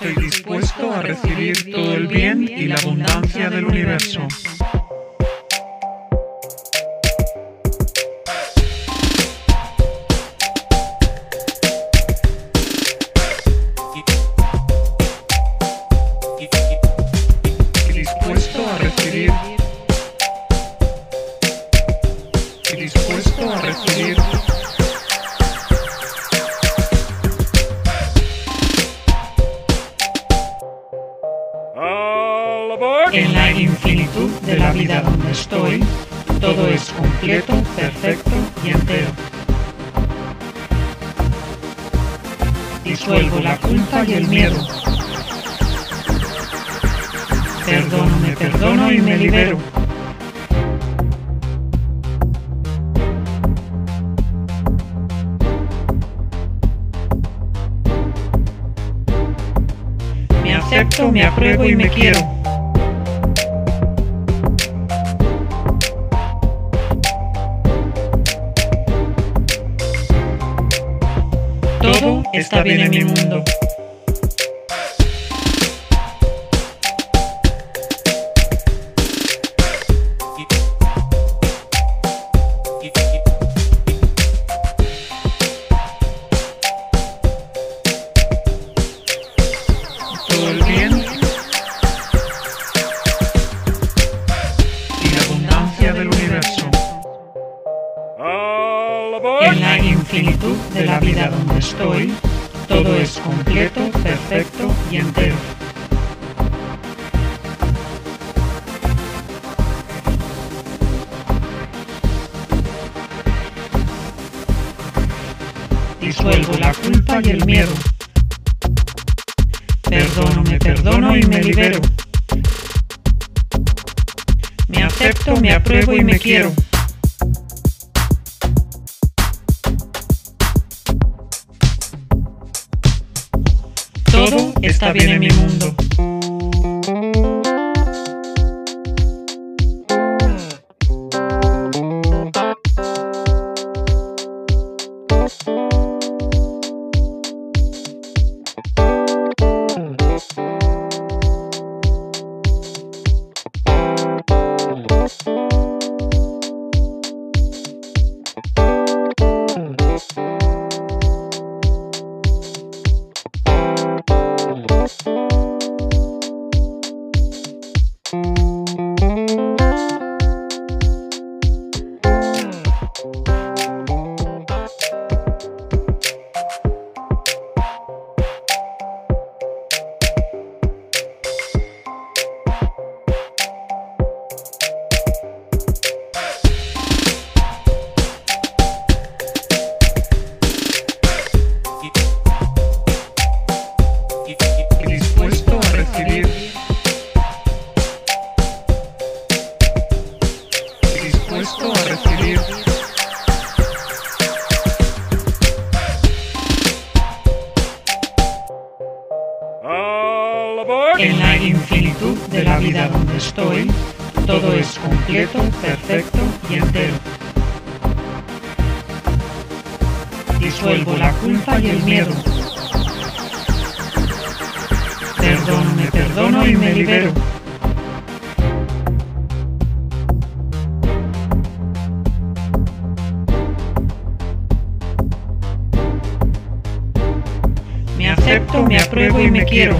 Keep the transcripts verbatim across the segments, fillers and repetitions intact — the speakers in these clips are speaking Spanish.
Estoy dispuesto a recibir todo el bien y la abundancia del universo. Dispuesto a recibir. Dispuesto a recibir. En la infinitud de la vida donde estoy, todo es completo, perfecto y entero. Disuelvo la culpa y el miedo. Perdono, me perdono y me libero. Me acepto, me apruebo y me quiero. Todo está bien en mi mundo. Todo el bien y la abundancia del universo. En la infinitud de la vida donde estoy, todo es completo, perfecto y entero. Disuelvo la culpa y el miedo. Perdono, me perdono y me libero. Me acepto, me apruebo y me quiero. Todo está bien en mi mundo. Dispuesto a recibir. Dispuesto a recibir. En la infinitud de la vida donde estoy, todo es completo, perfecto y entero. Disuelvo la culpa y el miedo. Perdono, me perdono y me libero. Me acepto, me apruebo y me quiero.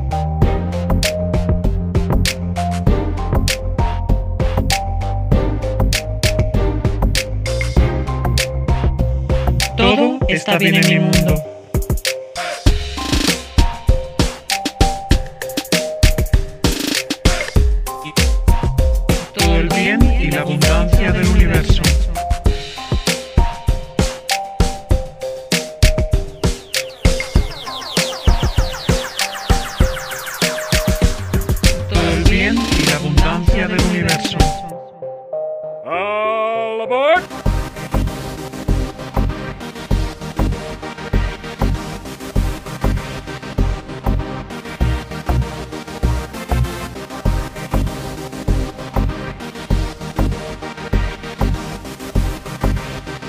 Todo está bien en mi mundo. Todo el bien y la abundancia del universo. Todo el bien y la abundancia del universo. All aboard!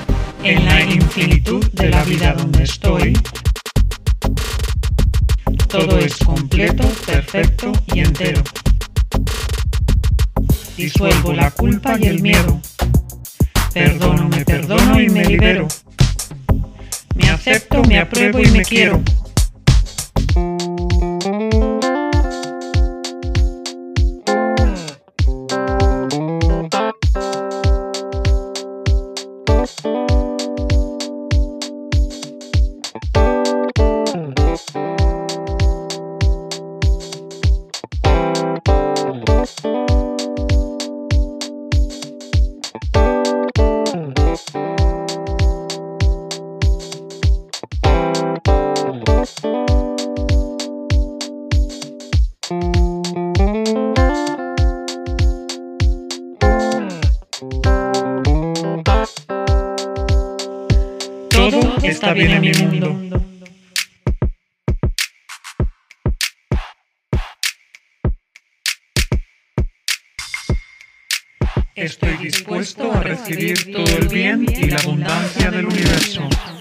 En la infinitud de la vida donde estoy, Todo es completo, perfecto y entero. Disuelvo la culpa y el miedo. Perdono, me perdono y me libero. Me acepto, me apruebo y me quiero. Todo está bien en mi mundo. Estoy dispuesto a recibir todo el bien y la abundancia del universo.